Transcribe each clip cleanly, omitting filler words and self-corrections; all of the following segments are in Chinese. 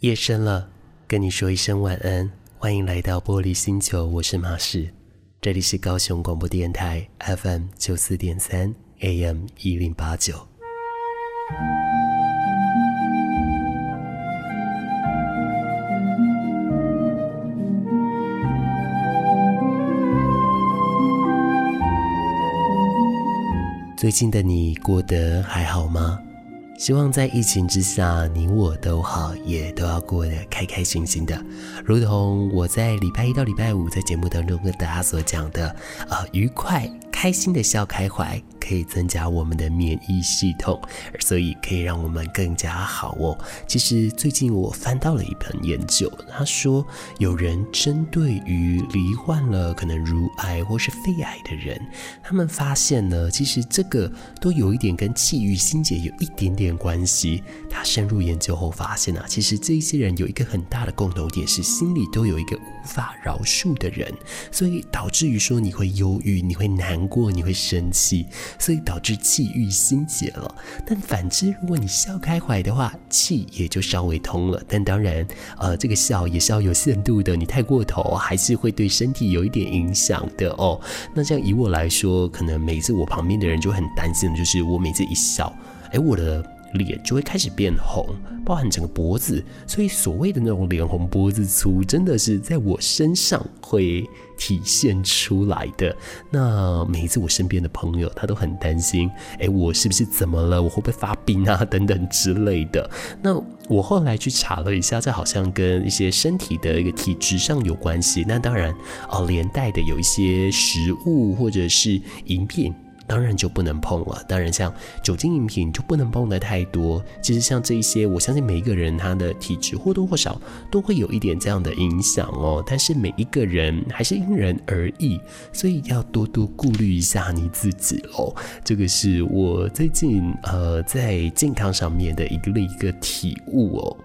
夜深了，跟你说一声晚安，欢迎来到玻璃星球，我是马士，这里是高雄广播电台 FM 94.3 AM 1089。最近的你过得还好吗？希望在疫情之下，你我都好，也都要过得开开心心的。如同我在礼拜一到礼拜五在节目当中跟大家所讲的，愉快开心的笑开怀，可以增加我们的免疫系统，所以可以让我们更加好哦。其实最近我翻到了一本研究，他说有人针对于罹患了可能乳癌或是肺癌的人，他们发现呢，其实这个都有一点跟气郁心结有一点点关系。他深入研究后发现其实这一些人有一个很大的共同点，是心里都有一个无法饶恕的人，所以导致于说你会忧郁，你会难过，你会生气，所以导致气郁心结了。但反之，如果你笑开怀的话，气也就稍微通了。但当然这个笑也是要有限度的，你太过头还是会对身体有一点影响的哦。那这样以我来说，可能每次我旁边的人就很担心的就是我每次一笑，我的脸就会开始变红，包含整个脖子，所以所谓的那种脸红脖子粗，真的是在我身上会体现出来的。那每一次我身边的朋友他都很担心，我是不是怎么了，我会不会发病啊等等之类的。那我后来去查了一下，这好像跟一些身体的一个体质上有关系。那当然连带的有一些食物或者是饮品当然就不能碰了，当然像酒精饮品就不能碰的太多。其实像这一些，我相信每一个人他的体质或多或少都会有一点这样的影响哦。但是每一个人还是因人而异，所以要多多顾虑一下你自己哦。这个是我最近在健康上面的一个体悟哦。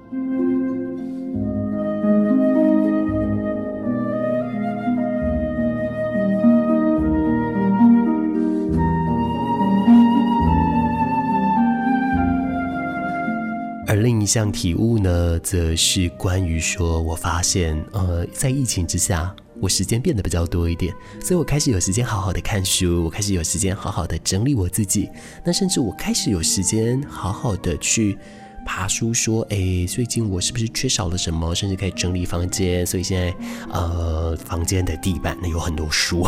而另一项体悟呢，则是关于说，我发现在疫情之下，我时间变得比较多一点，所以我开始有时间好好的看书，我开始有时间好好的整理我自己，那甚至我开始有时间好好的去爬书说，最近我是不是缺少了什么，甚至可以整理房间。所以现在房间的地板有很多书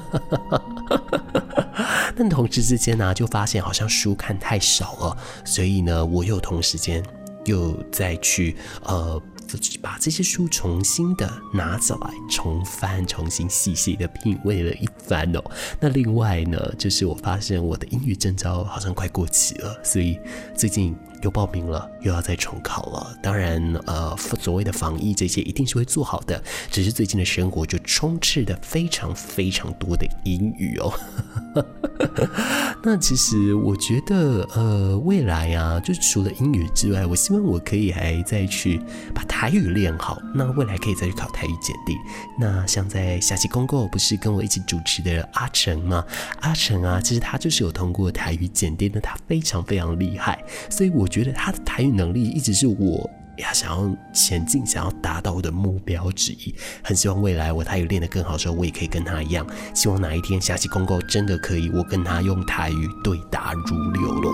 但同时之间呢，就发现好像书看太少了，所以呢，我又同时间又再去把这些书重新的拿走来重翻，重新细细的品味了一番哦。那另外呢，就是我发现我的英语证照好像快过期了，所以最近又报名了，又要再重考了。当然所谓的防疫这些一定是会做好的，只是最近的生活就充斥的非常非常多的英语哦那其实我觉得未来就除了英语之外，我希望我可以还再去把台语练好，那未来可以再去考台语检定。那像在下期公购不是跟我一起主持的阿成吗？阿成其实他就是有通过台语检定的，他非常非常厉害，所以我觉得他的台语能力一直是我想要前进想要达到的目标之一。很希望未来我台语练得更好的时候，我也可以跟他一样，希望哪一天下期公购真的可以我跟他用台语对答如流咯。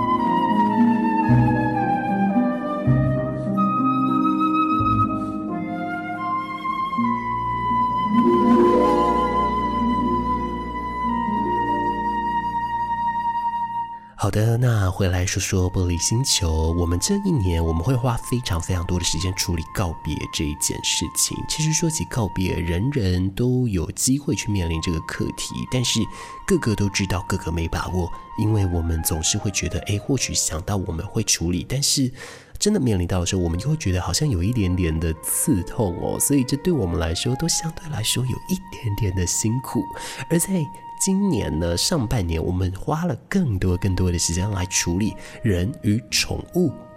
好的，那回来说说玻璃星球。我们这一年我们会花非常非常多的时间处理告别这一件事情。其实说起告别，人人都有机会去面临这个课题，但是个个都知道，个个没把握，因为我们总是会觉得或许想到我们会处理，但是真的面临到的时候，我们又会觉得好像有一点点的刺痛哦，所以这对我们来说都相对来说有一点点的辛苦。而在今年呢，上半年我们花了更多的时间来处理人与宠物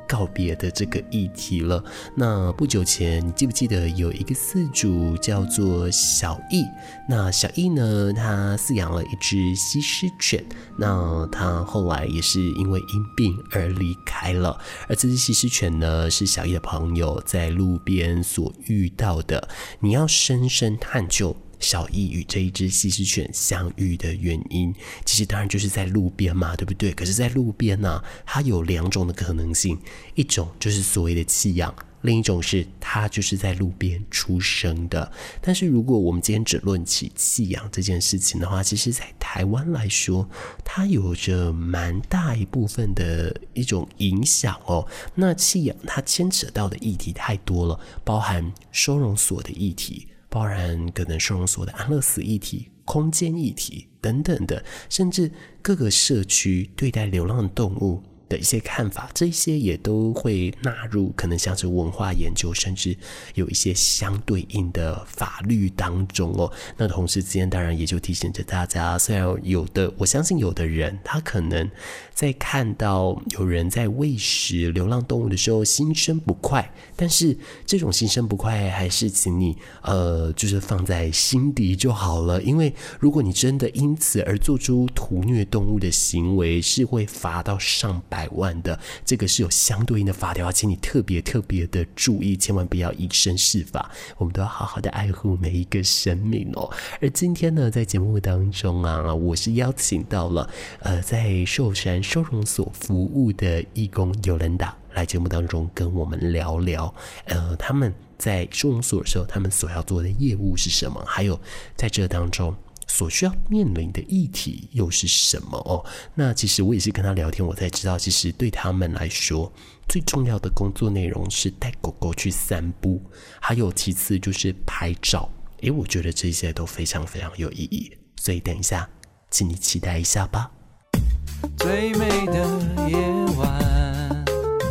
告别的这个议题了。那不久前，你记不记得有一个饲主叫做小易？那小易呢，他饲养了一只西施犬，那他后来也是因为因病而离开了。而这只西施犬呢，是小易的朋友在路边所遇到的。你要深深探究小易与这一只西施犬相遇的原因，其实当然就是在路边嘛，对不对？可是在路边啊，它有2种的可能性，一种就是所谓的弃养，另一种是它就是在路边出生的。但是如果我们今天只论起弃养这件事情的话，其实在台湾来说，它有着蛮大一部分的一种影响哦。那弃养它牵扯到的议题太多了，包含收容所的议题，包含可能收容所的安乐死议题、空间议题等等的，甚至各个社区对待流浪动物的一些看法，这些也都会纳入可能像是文化研究，甚至有一些相对应的法律当中哦。那同时之间当然也就提醒着大家，虽然我相信有的人他可能在看到有人在喂食流浪动物的时候心生不快，但是这种心生不快还是请你就是放在心底就好了。因为如果你真的因此而做出屠虐动物的行为，是会罚到上百万的，这个是有相对应的法条，请你特别的注意，千万不要以身试法，我们都要好好的爱护每一个生命哦。而今天呢，在节目当中啊，我是邀请到了在寿山收容所服务的义工尤兰达来节目当中跟我们聊聊他们在收容所的时候他们所要做的业务是什么，还有在这当中所需要面临的议题又是什么哦？那其实我也是跟他聊天，我才知道，其实对他们来说，最重要的工作内容是带狗狗去散步，还有其次就是拍照。我觉得这些都非常有意义，所以等一下，请你期待一下吧。 最美的夜晚，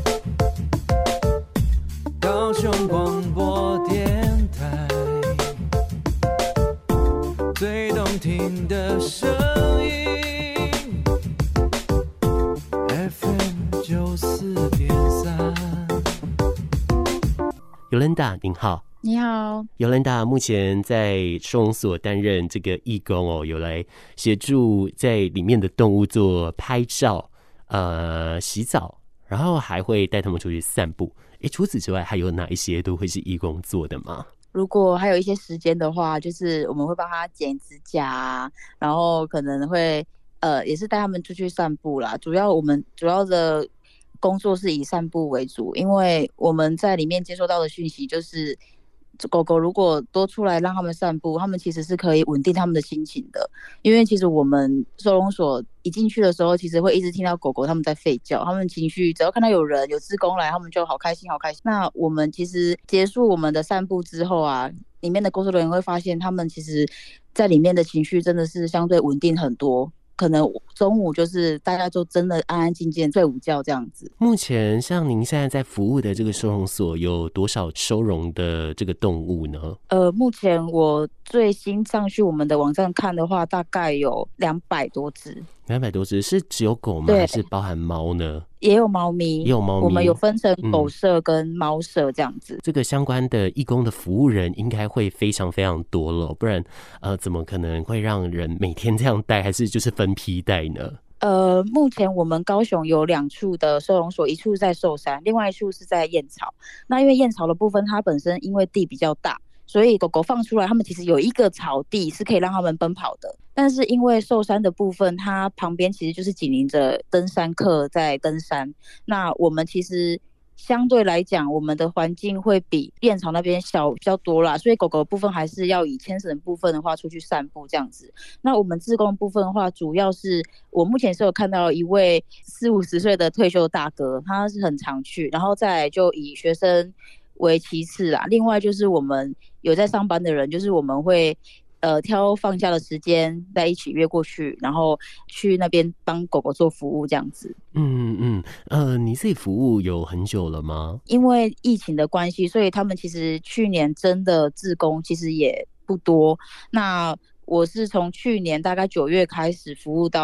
高雄广播电台。最动听的声音 FM94.3。 尤兰达您好。 你好， 尤兰达目前在收容所担任这个义工哦，有来协助在里面的动物做拍照、洗澡，然后还会带他们出去散步。除此之外，还有哪一些都会是义工做的吗？ 如果还有一些时间的话，就是我们会帮他剪指甲啊，然后可能会也是带他们出去散步啦。我们主要的工作是以散步为主，因为我们在里面接收到的讯息就是，狗狗如果多出来让他们散步，他们其实是可以稳定他们的心情的。因为其实我们收容所一进去的时候，其实会一直听到狗狗他们在吠叫，他们情绪只要看到有人有志工来，他们就好开心。那我们其实结束我们的散步之后啊，里面的工作人员会发现，他们其实在里面的情绪真的是相对稳定很多。可能中午就是大家就真的安安静静睡午觉这样子。 目前像您现在在服务的这个收容所有多少收容的这个动物呢？ 目前我最新上去我们的网站看的话，大概有200多只。 200多只是只有狗吗？还是包含猫呢？ 也有猫咪，我们有分成狗舍跟猫舍这样子。 这个相关的义工的服务人应该会非常多了，不然怎么可能会让人每天这样带，还是就是分批带呢？ 目前我们高雄有2处的收容所，一处在寿山，另外一处是在燕巢。那因为燕巢的部分，它本身因为地比较大，所以狗狗放出来，他们其实有一个草地是可以让他们奔跑的。但是因为寿山的部分，它旁边其实就是紧邻着登山客在登山，那我们其实相对来讲，我们的环境会比燕巢那边小比较多啦，所以狗狗的部分还是要以牵绳部分的话出去散步这样子。那我们志工的部分的话，主要是我目前是有看到一位40-50岁的退休大哥，他是很常去，然后再来就以学生为其次啦。另外就是我们有在上班的人，就是我们会挑放假的时间在一起约过去，然后去那边帮狗狗做服务这样子。 你自己服务有很久了吗？ 因为疫情的关系，所以他们其实去年真的志工其实也不多。那我是从去年大概9月开始服务到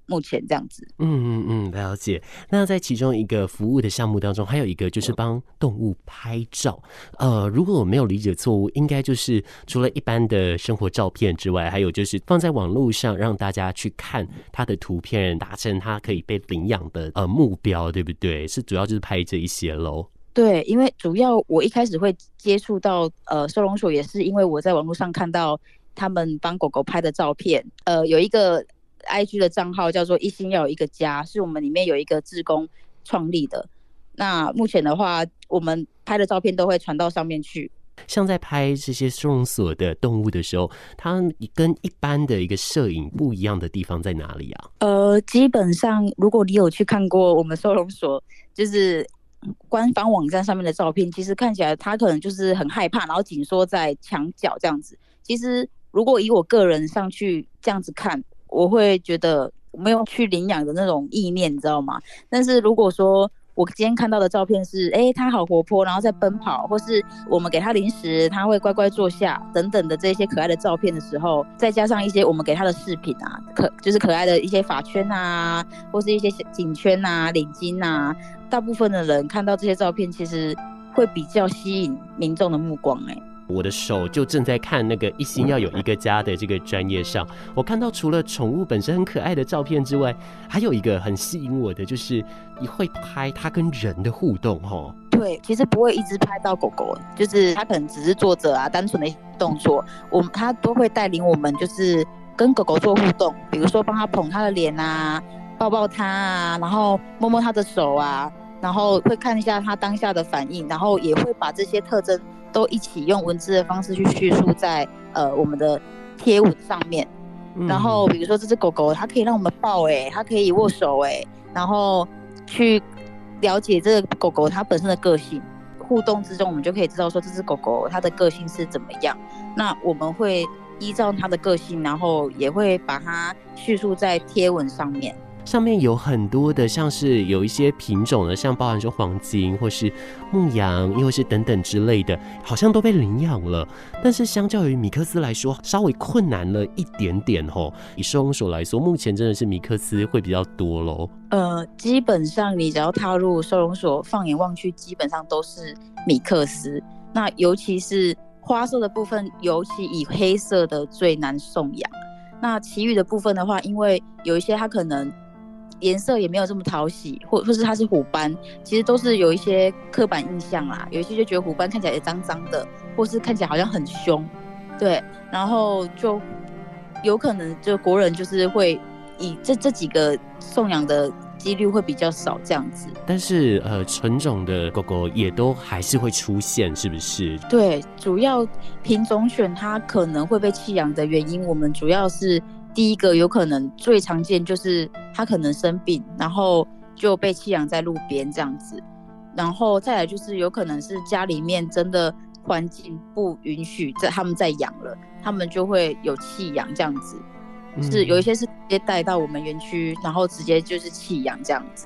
目前这样子。 了解。那在其中一个服务的项目当中，还有一个就是帮动物拍照。如果我没有理解错误，应该就是除了一般的生活照片之外，还有就是放在网络上让大家去看它的图片，达成它可以被领养的目标，对不对？是主要就是拍这一些咯。 对，因为主要我一开始会接触到收容所，也是因为我在网络上看到他们帮狗狗拍的照片。有一个 IG 的账号叫做一心要有一个家，是我们里面有一个志工创立的。那目前的话，我们拍的照片都会传到上面去。 像在拍这些收容所的动物的时候，它跟一般的一个摄影不一样的地方在哪里啊？ 基本上如果你有去看过我们收容所，就是官方网站上面的照片，其实看起来它可能就是很害怕，然后紧缩在墙角这样子。其实如果以我个人上去这样子看，我会觉得没有去领养的那种意念，你知道吗？但是如果说我今天看到的照片是，它好活泼，然后在奔跑，或是我们给它零食，它会乖乖坐下等等的这些可爱的照片的时候，再加上一些我们给它的饰品啊，就是可爱的一些发圈啊，或是一些颈圈啊、领巾啊，大部分的人看到这些照片，其实会比较吸引民众的目光。 我的手就正在看那个一心要有一个家的这个专页上，我看到除了宠物本身很可爱的照片之外，还有一个很吸引我的，就是你会拍它跟人的互动齁。 对，其实不会一直拍到狗狗，就是它可能只是坐着啊，单纯的动作，它都会带领我们，就是跟狗狗做互动，比如说帮它捧它的脸啊，抱抱它啊，然后摸摸它的手啊，然后会看一下它当下的反应，然后也会把这些特征都一起用文字的方式去叙述在我们的贴文上面。然后比如说这只狗狗它可以让我们抱它可以握手然后去了解这个狗狗它本身的个性，互动之中我们就可以知道说这只狗狗它的个性是怎么样。那我们会依照它的个性，然后也会把它叙述在贴文上面。 上面有很多的，像是有一些品种的，像包含说黄金或是牧羊，又或是等等之类的，好像都被领养了。但是相较于米克斯来说，稍微困难了一点点吼。以收容所来说，目前真的是米克斯会比较多咯。 基本上你只要踏入收容所，放眼望去，基本上都是米克斯。那尤其是花色的部分，尤其以黑色的最难送养。那其余的部分的话，因为有一些它可能颜色也没有这么讨喜，或是它是虎斑，其实都是有一些刻板印象啦。有一些就觉得虎斑看起来也脏脏的，或是看起来好像很凶，对，然后就有可能就国人就是会以这几个送养的几率会比较少这样子。 但是纯种的狗狗也都还是会出现，是不是？ 对，主要品种犬它可能会被弃养的原因，我们主要是第一个有可能最常见就是它可能生病，然后就被弃养在路边这样子，然后再来就是有可能是家里面真的环境不允许他们再养了，他们就会有弃养这样子。是有一些是直接带到我们园区，然后直接就是弃养这样子。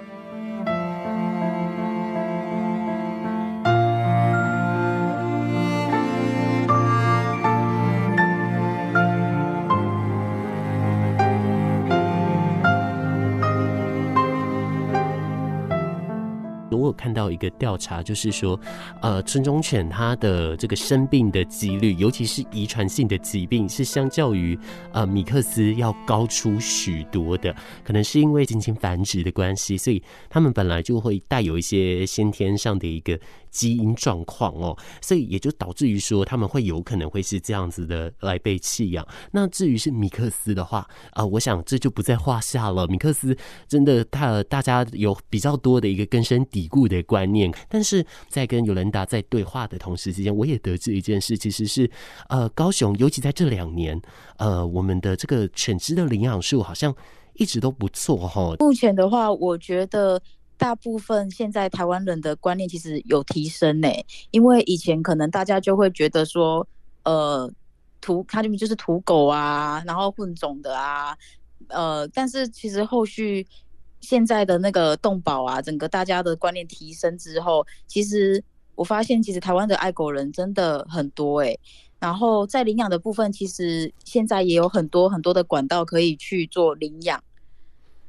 我有看到一个调查，就是说，纯种犬它的这个生病的几率，尤其是遗传性的疾病，是相较于米克斯要高出许多的。可能是因为近亲繁殖的关系，所以他们本来就会带有一些先天上的一个基因状况哦，所以也就导致于说他们会有可能会是这样子的来被弃养。那至于是米克斯的话，我想这就不在话下了。米克斯真的大家有比较多的一个根深蒂固的观念，但是在跟尤兰达在对话的同时之间，我也得知一件事，其实是高雄尤其在这2年，我们的这个犬只的领养数好像一直都不错齁。 目前的话，我觉得大部分现在台湾人的观念其实有提升因为以前可能大家就会觉得说，它就是土狗啊，然后混种的啊，但是其实后续现在的那个动保啊，整个大家的观念提升之后，其实我发现其实台湾的爱狗人真的很多然后在领养的部分，其实现在也有很多很多的管道可以去做领养。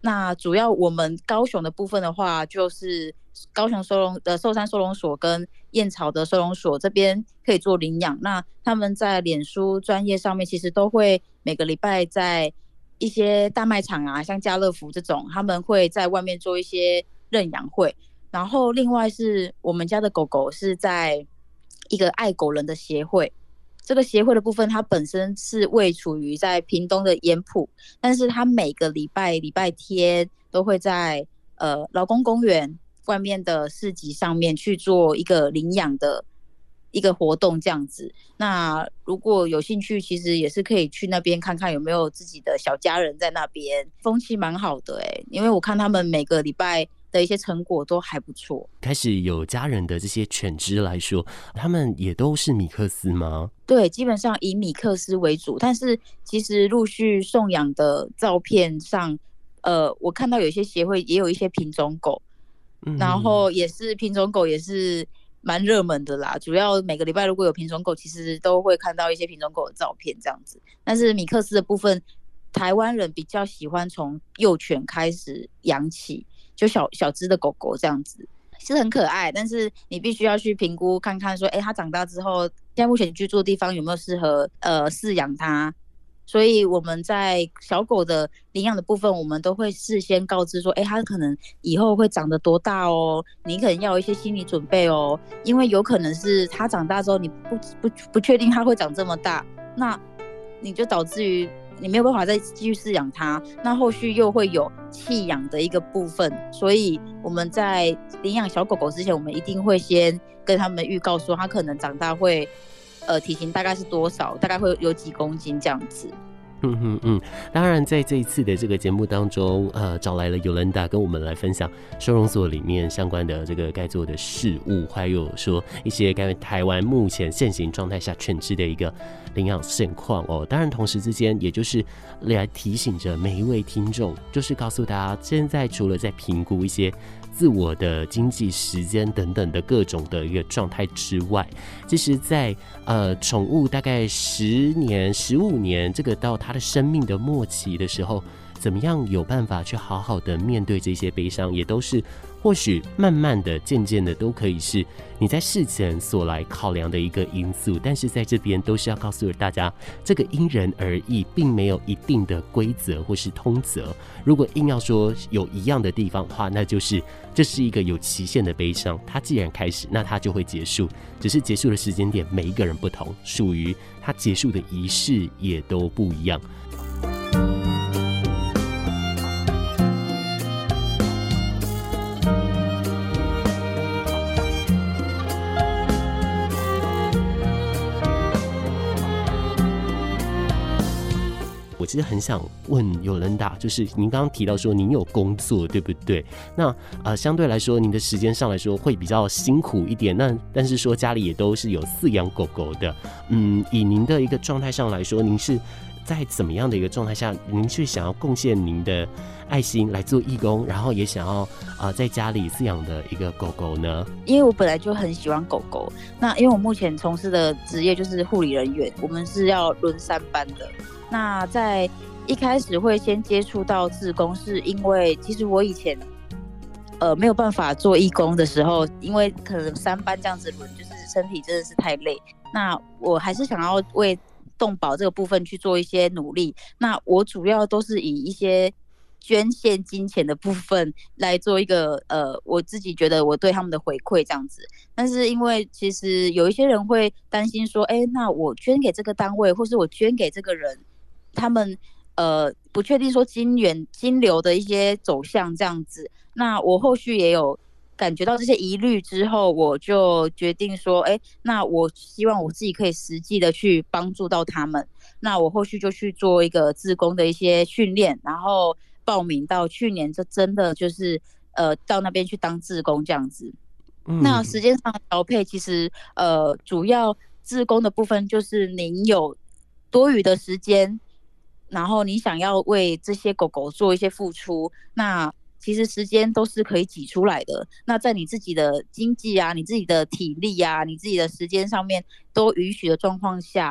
那主要我们高雄的部分的话，就是高雄寿山收容所跟燕巢的收容所这边可以做领养。那他们在脸书专业上面，其实都会每个礼拜在一些大卖场啊，像家乐福这种，他们会在外面做一些认养会。然后另外是我们家的狗狗是在一个爱狗人的协会。这个协会的部分，它本身是位处于在屏东的盐埔，但是它每个礼拜天都会在劳工公园外面的市集上面去做一个领养的一个活动这样子。那如果有兴趣，其实也是可以去那边看看有没有自己的小家人在那边，风气蛮好的因为我看他们每个礼拜的一些成果都还不错。 开始有家人的这些犬只来说，他们也都是米克斯吗？ 对，基本上以米克斯为主，但是其实陆续送养的照片上，我看到有一些协会也有一些品种狗，然后也是品种狗也是蛮热门的啦。主要每个礼拜如果有品种狗，其实都会看到一些品种狗的照片这样子。但是米克斯的部分，台湾人比较喜欢从幼犬开始养起，就小只的狗狗这样子。是很可爱，但是你必须要去评估看看说，它长大之后，现在目前居住的地方有没有适合饲养它。所以我们在小狗的领养的部分，我们都会事先告知说，它可能以后会长得多大哦，你可能要有一些心理准备哦，因为有可能是它长大之后，你不确定它会长这么大，那你就导致于你没有办法再继续饲养它，那后续又会有弃养的一个部分。所以我们在领养小狗狗之前，我们一定会先跟他们预告说，它可能长大会体型大概是多少，大概会有几公斤这样子。 当然在这一次的这个节目当中，找来了Yolanda跟我们来分享收容所里面相关的这个该做的事物，还有说一些该台湾目前现行状态下犬只的一个领养现况哦。当然同时之间也就是来提醒着每一位听众，就是告诉大家，现在除了在评估一些自我的经济时间等等的各种的一个状态之外，其实在宠物大概10年15年这个到它的生命的末期的时候，怎么样有办法去好好的面对这些悲伤，也都是或许慢慢的渐渐的都可以是你在事前所来考量的一个因素。但是在这边都是要告诉大家，这个因人而异，并没有一定的规则或是通则。如果硬要说有一样的地方的话，那就是这是一个有期限的悲伤，它既然开始，那它就会结束，只是结束的时间点每一个人不同，属于它结束的仪式也都不一样。我其实很想问Yolanda，就是您刚刚提到说您有工作，对不对？那相对来说，您的时间上来说会比较辛苦一点。那但是说家里也都是有饲养狗狗的，以您的一个状态上来说，您是在怎么样的一个状态下，您是想要贡献您的爱心来做义工，然后也想要在家里饲养的一个狗狗呢？ 因为我本来就很喜欢狗狗，那因为我目前从事的职业就是护理人员，我们是要轮3班的。那在一开始会先接触到志工，是因为其实我以前没有办法做义工的时候，因为可能3班这样子轮，就是身体真的是太累。那我还是想要为动保这个部分去做一些努力。那我主要都是以一些捐献金钱的部分来做一个我自己觉得我对他们的回馈这样子。但是因为其实有一些人会担心说，那我捐给这个单位，或是我捐给这个人，他们不确定说金流的一些走向这样子。那我后续也有感觉到这些疑虑之后，我就决定说，那我希望我自己可以实际的去帮助到他们。那我后续就去做一个志工的一些训练，然后报名到去年，这真的就是到那边去当志工这样子。那时间上的调配，其实主要志工的部分就是您有多余的时间，然后你想要为这些狗狗做一些付出，那其实时间都是可以挤出来的。那在你自己的经济啊、你自己的体力啊、你自己的时间上面都允许的状况下，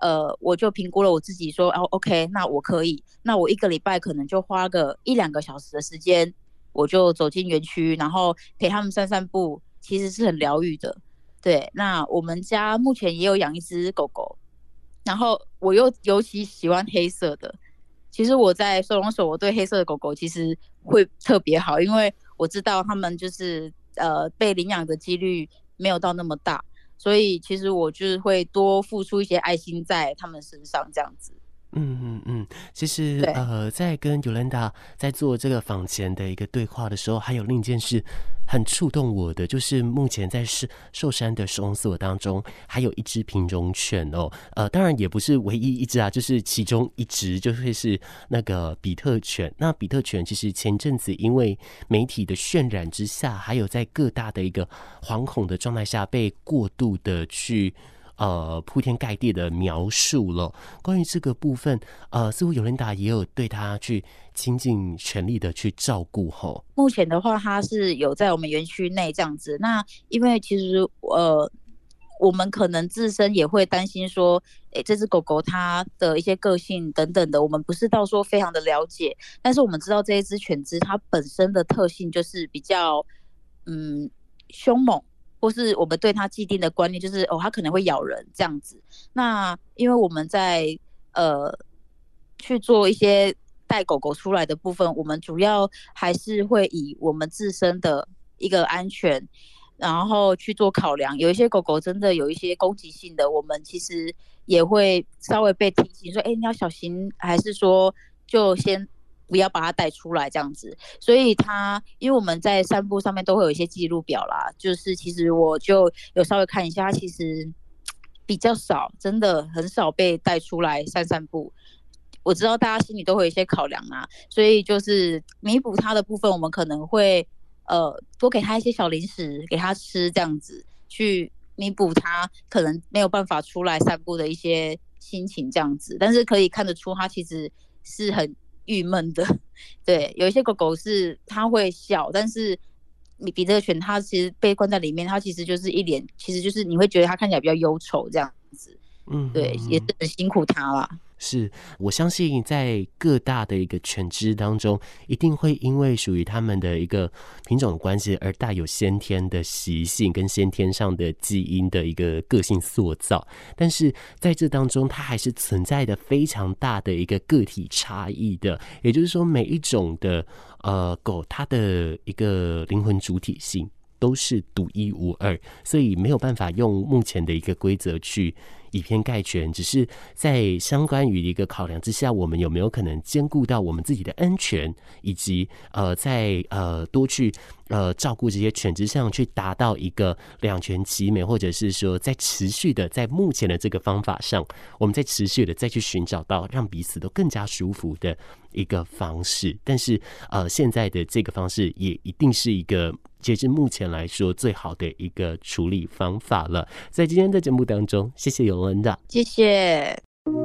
我就评估了我自己说，哦，OK，那我可以，那我1个礼拜可能就花个1-2个小时的时间，我就走进园区，然后陪他们散散步，其实是很疗愈的。对，那我们家目前也有养一只狗狗，然后我又尤其喜欢黑色的。其实我在收容所，我对黑色的狗狗其实会特别好，因为我知道他们就是被领养的几率没有到那么大，所以其实我就是会多付出一些爱心在他们身上，这样子。 其实在跟 Yolanda 在做这个访前的一个对话的时候，还有另一件事很触动我的，就是目前在寿山的收容所当中，还有一只品种犬哦，当然也不是唯一一只啊，就是其中一只就会是那个比特犬。那比特犬其实前阵子因为媒体的渲染之下，还有在各大的一个惶恐的状态下，被过度的去铺天盖地的描述了。关于这个部分，似乎Yolanda也有对他去倾尽全力的去照顾吼。 目前的话，他是有在我们园区内这样子。那因为其实我们可能自身也会担心说，这只狗狗它的一些个性等等的，我们不是到说非常的了解，但是我们知道这一只犬只它本身的特性就是比较凶猛。或是我们对它既定的观念就是它可能会咬人这样子。那因为我们在去做一些带狗狗出来的部分，我们主要还是会以我们自身的一个安全，然后去做考量。有一些狗狗真的有一些攻击性的，我们其实也会稍微被提醒说，你要小心，还是说就先不要把它带出来这样子。所以因为我们在散步上面都会有一些记录表啦，就是其实我就有稍微看一下，它其实比较少，真的很少被带出来散步。我知道大家心里都会有一些考量啊，所以就是弥补它的部分，我们可能会多给它一些小零食给它吃，这样子去弥补它可能没有办法出来散步的一些心情这样子。但是可以看得出它其实是很郁闷的。对，有一些狗狗是它会笑，但是比特犬它其实被关在里面，它其实就是一脸，其实就是你会觉得它看起来比较忧愁这样子。对，也是很辛苦它啦。 是，我相信在各大的一个犬只当中，一定会因为属于他们的一个品种的关系而带有先天的习性跟先天上的基因的一个个性塑造，但是在这当中它还是存在的非常大的一个个体差异的。也就是说每一种的狗它的一个灵魂主体性都是独一无二，所以没有办法用目前的一个规则去以偏概全，只是在相关于一个考量之下，我们有没有可能兼顾到我们自己的安全，以及在多去照顾这些犬只上，去达到一个两全其美，或者是说在持续的在目前的这个方法上，我们在持续的再去寻找到让彼此都更加舒服的一个方式。但是现在的这个方式也一定是一个截至目前来说最好的一个处理方法了。在今天的节目当中，谢谢Yolanda， 谢谢。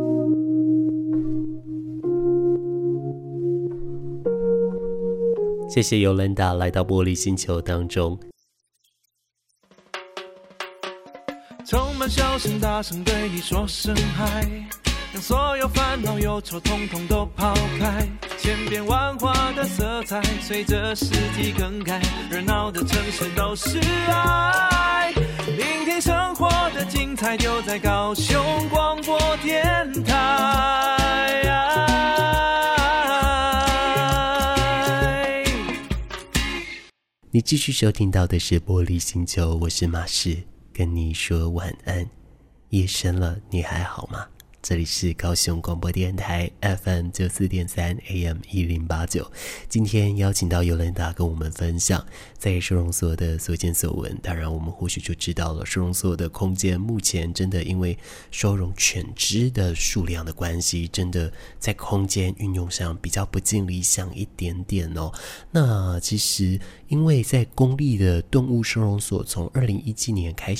谢谢Yolanda来到玻璃星球当中。 充满笑声，大声对你说声嗨，让所有烦恼忧愁统统都抛开，千变万化的色彩随着四季更改，热闹的城市都是爱，聆听生活的精彩就在高雄广播电台。 你继续收听到的是玻璃星球，我是马士，跟你说晚安。夜深了，你还好吗？这里是高雄广播电台 FM 94.3 AM 1089。今天邀请到Yolanda跟我们分享在收容所的所见所闻。当然我们或许就知道了，收容所的空间目前真的因为收容犬只的数量的关系，真的在空间运用上比较不尽理想一点点哦。那其实因为在公立的动物收容所从2017年开始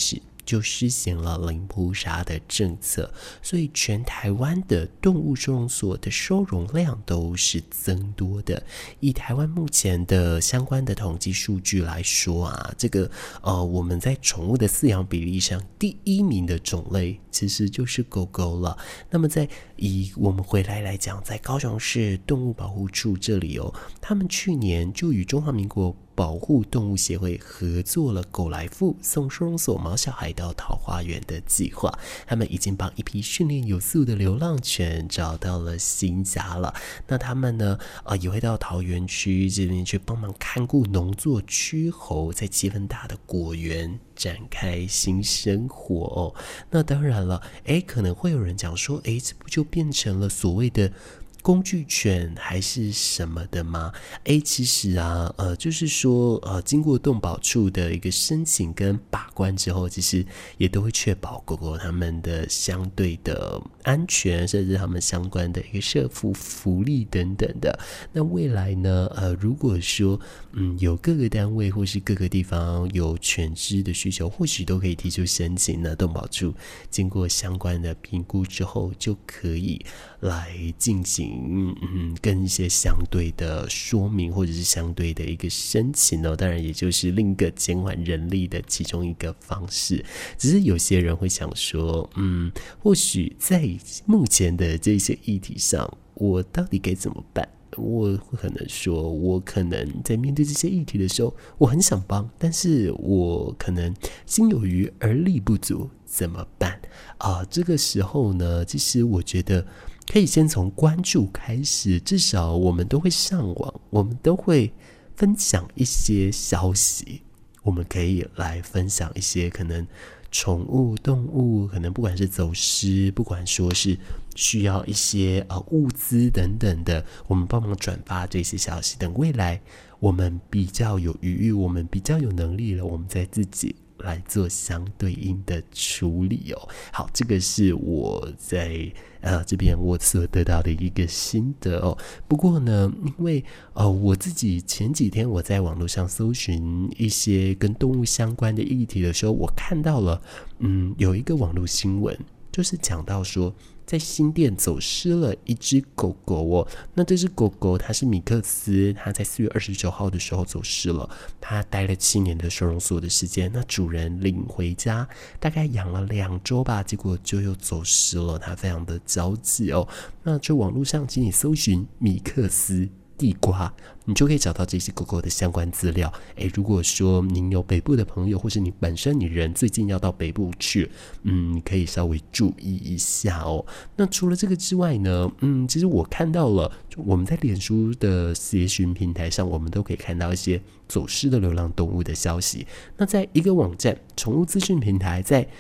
就施行了零扑杀的政策，所以全台湾的动物收容所的收容量都是增多的。以台湾目前的相关的统计数据来说啊，这个我们在宠物的饲养比例上，第1名的种类其实就是狗狗了。那么以我们回来讲，在高雄市动物保护处这里他们去年就与中华民国保护动物协会合作了狗来富送收容所毛小孩到桃花源的计划，他们已经帮一批训练有素的流浪犬找到了新家了。那他们呢也会到桃园区这边去帮忙看顾农作驱猴，在积分大的果园展开新生活那当然了，可能会有人讲说，这不就变成了所谓的工具犬还是什么的吗？其实啊，就是说，经过动保处的一个申请跟把关之后，其实也都会确保狗狗它们的相对的安全，甚至它们相关的一个社福福利等等的。那未来呢，如果说有各个单位或是各个地方有犬只的需求，或许都可以提出申请呢。动保处经过相关的评估之后，就可以来进行跟一些相对的说明或者是相对的一个申请当然也就是另一个减缓人力的其中一个方式。只是有些人会想说或许在目前的这些议题上，我到底该怎么办？我可能说，我可能在面对这些议题的时候，我很想帮，但是我可能心有余而力不足，怎么办这个时候呢，其实我觉得可以先从关注开始，至少我们都会上网，我们都会分享一些消息，我们可以来分享一些可能宠物动物可能不管是走失，不管说是需要一些物资等等的，我们帮忙转发这些消息，等未来我们比较有余裕，我们比较有能力了，我们再自己来做相对应的处理好，这个是我在这边我所得到的一个心得不过呢，因为我自己前几天我在网络上搜寻一些跟动物相关的议题的时候，我看到了有一个网络新闻，就是讲到说在新店走失了一只狗狗那这只狗狗它是米克斯，它在4月29号的时候走失了，它待了7年的收容所的时间，那主人领回家大概养了2周吧，结果就又走失了，它非常的着急那就网络上请你搜寻米克斯地瓜，你就可以找到这些狗狗的相关资料如果说您有北部的朋友，或是你本身你人最近要到北部去你可以稍微注意一下那除了这个之外呢其实我看到了，我们在脸书的协寻平台上，我们都可以看到一些走失的流浪动物的消息。那在一个网站宠物资讯平台，在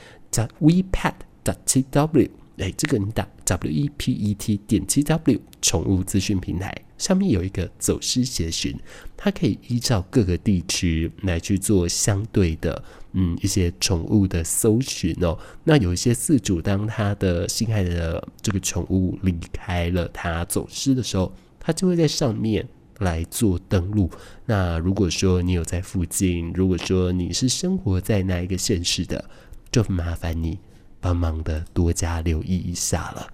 wepet.tw 这个你打 wepet.tw 宠物资讯平台上面有一个走失协寻，它可以依照各个地区来去做相对的一些宠物的搜寻那有一些饲主，当他的心爱的这个宠物离开了，他走失的时候，他就会在上面来做登录。那如果说你有在附近，如果说你是生活在那一个县市的，就麻烦你帮忙的多加留意一下了。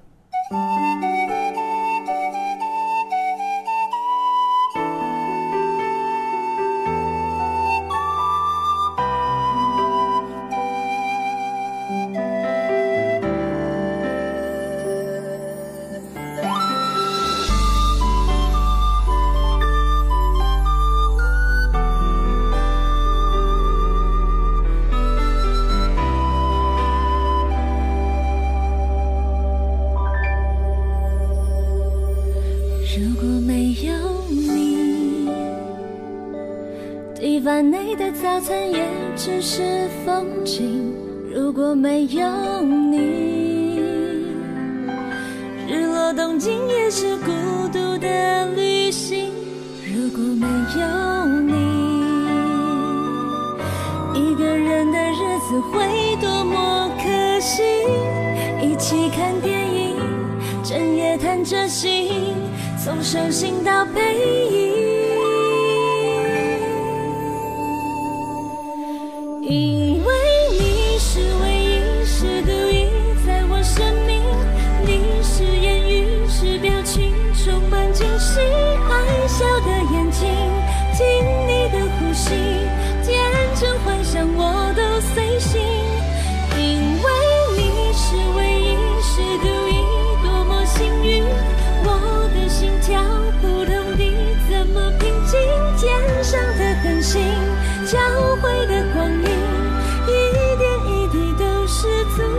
早餐也只是风景，如果没有你，日落东京也是孤独的旅行。如果没有你，一个人的日子会多么可惜。一起看电影，整夜谈着心，从手心到背影。因为你是唯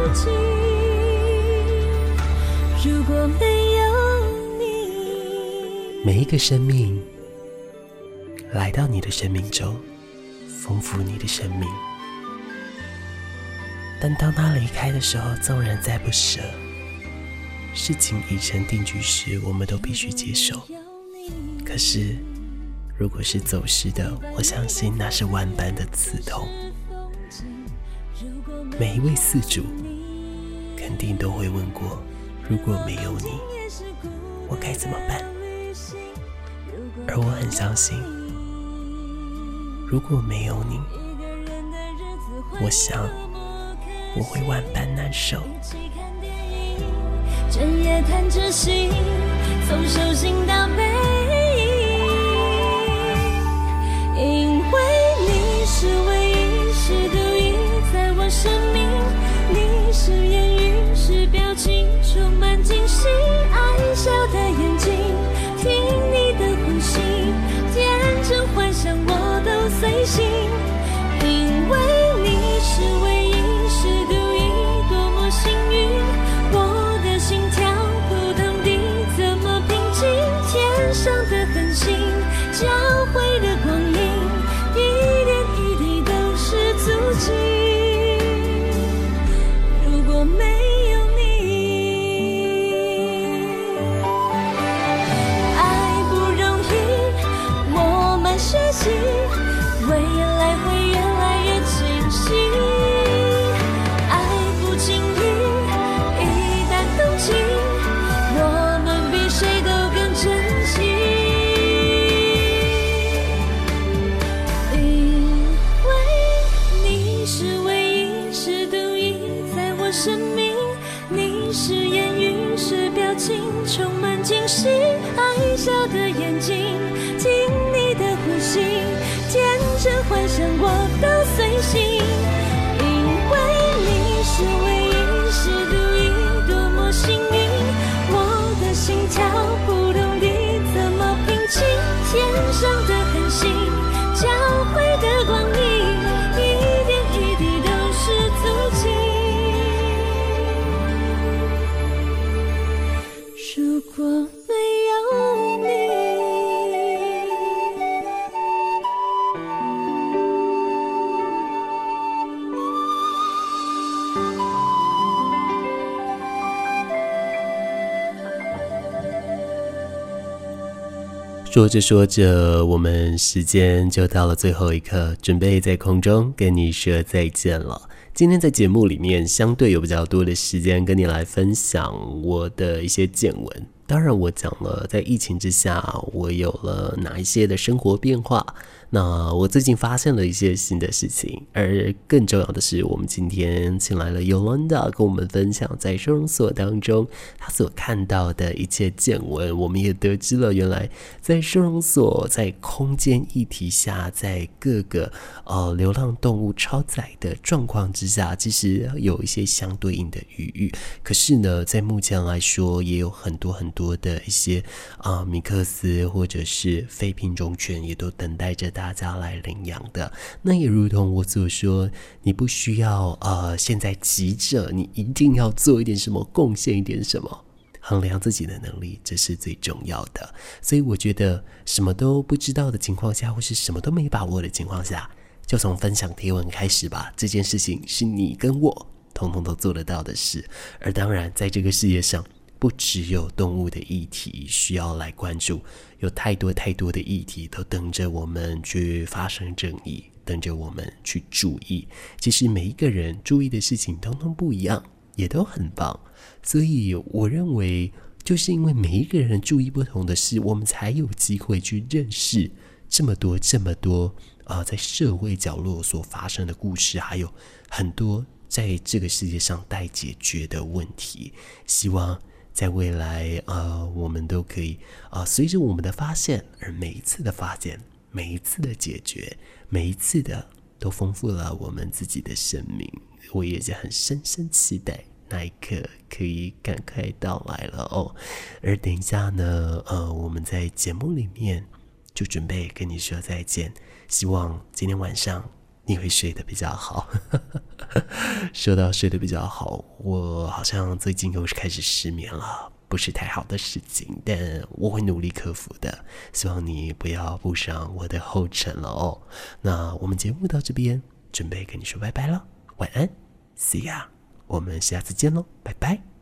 己。如果没有你， 每一个生命来到你的生命中，丰富你的生命，但当他离开的时候，纵然再不舍，事情已成定局时，我们都必须接受。可是如果是走失的，我相信那是万般的刺痛。每一位饲主肯定都会问过，如果没有你，我该怎么办？而我很相信，如果没有你，我想我会万般难受。 整夜谈着心，从手心到背影，因为你是唯一，是独一，在我生命。你是言语，是表情，充满惊喜，爱笑的眼睛，听你的呼吸，天真幻想我都随心。因为你是唯一，是独一，多么幸运，我的心跳扑通地，怎么平静？天上的恒星，交汇的光阴，一点一滴都是足迹。如果没有你，爱不容易，我们学习，未来会越来越清晰。爱不经意，一旦动情，我们比谁都更珍惜。因为你是唯一，是独一，在我生命。你是言语，是表情，充满惊喜，爱笑的眼睛，听你的呼吸，天真幻想我都随心。因为你是唯一，是独一，多么幸运，我的心跳扑通地，怎么平静？天上的恒星，交汇的光阴，一点一滴都是足迹。如果没有你， 说着说着，我们时间就到了最后一刻，准备在空中跟你说再见了。今天在节目里面相对有比较多的时间跟你来分享我的一些见闻，当然我讲了在疫情之下我有了哪一些的生活变化，那我最近发现了一些新的事情，而更重要的是我们今天请来了 Yolanda 跟我们分享在收容所当中她所看到的一切见闻。我们也得知了原来在收容所在空间议题下，在各个流浪动物超载的状况之下，其实有一些相对应的余裕，可是呢在目前来说也有很多的一些米克斯或者是非品种犬也都等待着大家来领养的。那也如同我所说，你不需要现在急着你一定要做一点什么，贡献一点什么，衡量自己的能力，这是最重要的。所以我觉得什么都不知道的情况下，或是什么都没把握的情况下，就从分享贴文开始吧。这件事情是你跟我统统都做得到的事。而当然在这个世界上不只有动物的议题需要来关注，有太多的议题都等着我们去发生正义，等着我们去注意。其实每一个人注意的事情通通不一样，也都很棒。所以我认为就是因为每一个人注意不同的事，我们才有机会去认识这么多在社会角落所发生的故事，还有很多在这个世界上待解决的问题。希望在未来我们都可以随着我们的发现，而每一次的发现，每一次的解决，每一次的都丰富了我们自己的生命。我也是很深深期待那一刻可以赶快到来了哦。而等一下呢我们在节目里面就准备跟你说再见，希望今天晚上你会睡得比较好。说到睡得比较好，我好像最近又是开始失眠了，不是太好的事情，但我会努力克服的，希望你不要步上我的后尘了哦。那我们节目到这边，准备跟你说拜拜了，晚安 See ya， 我们下次见咯，拜拜。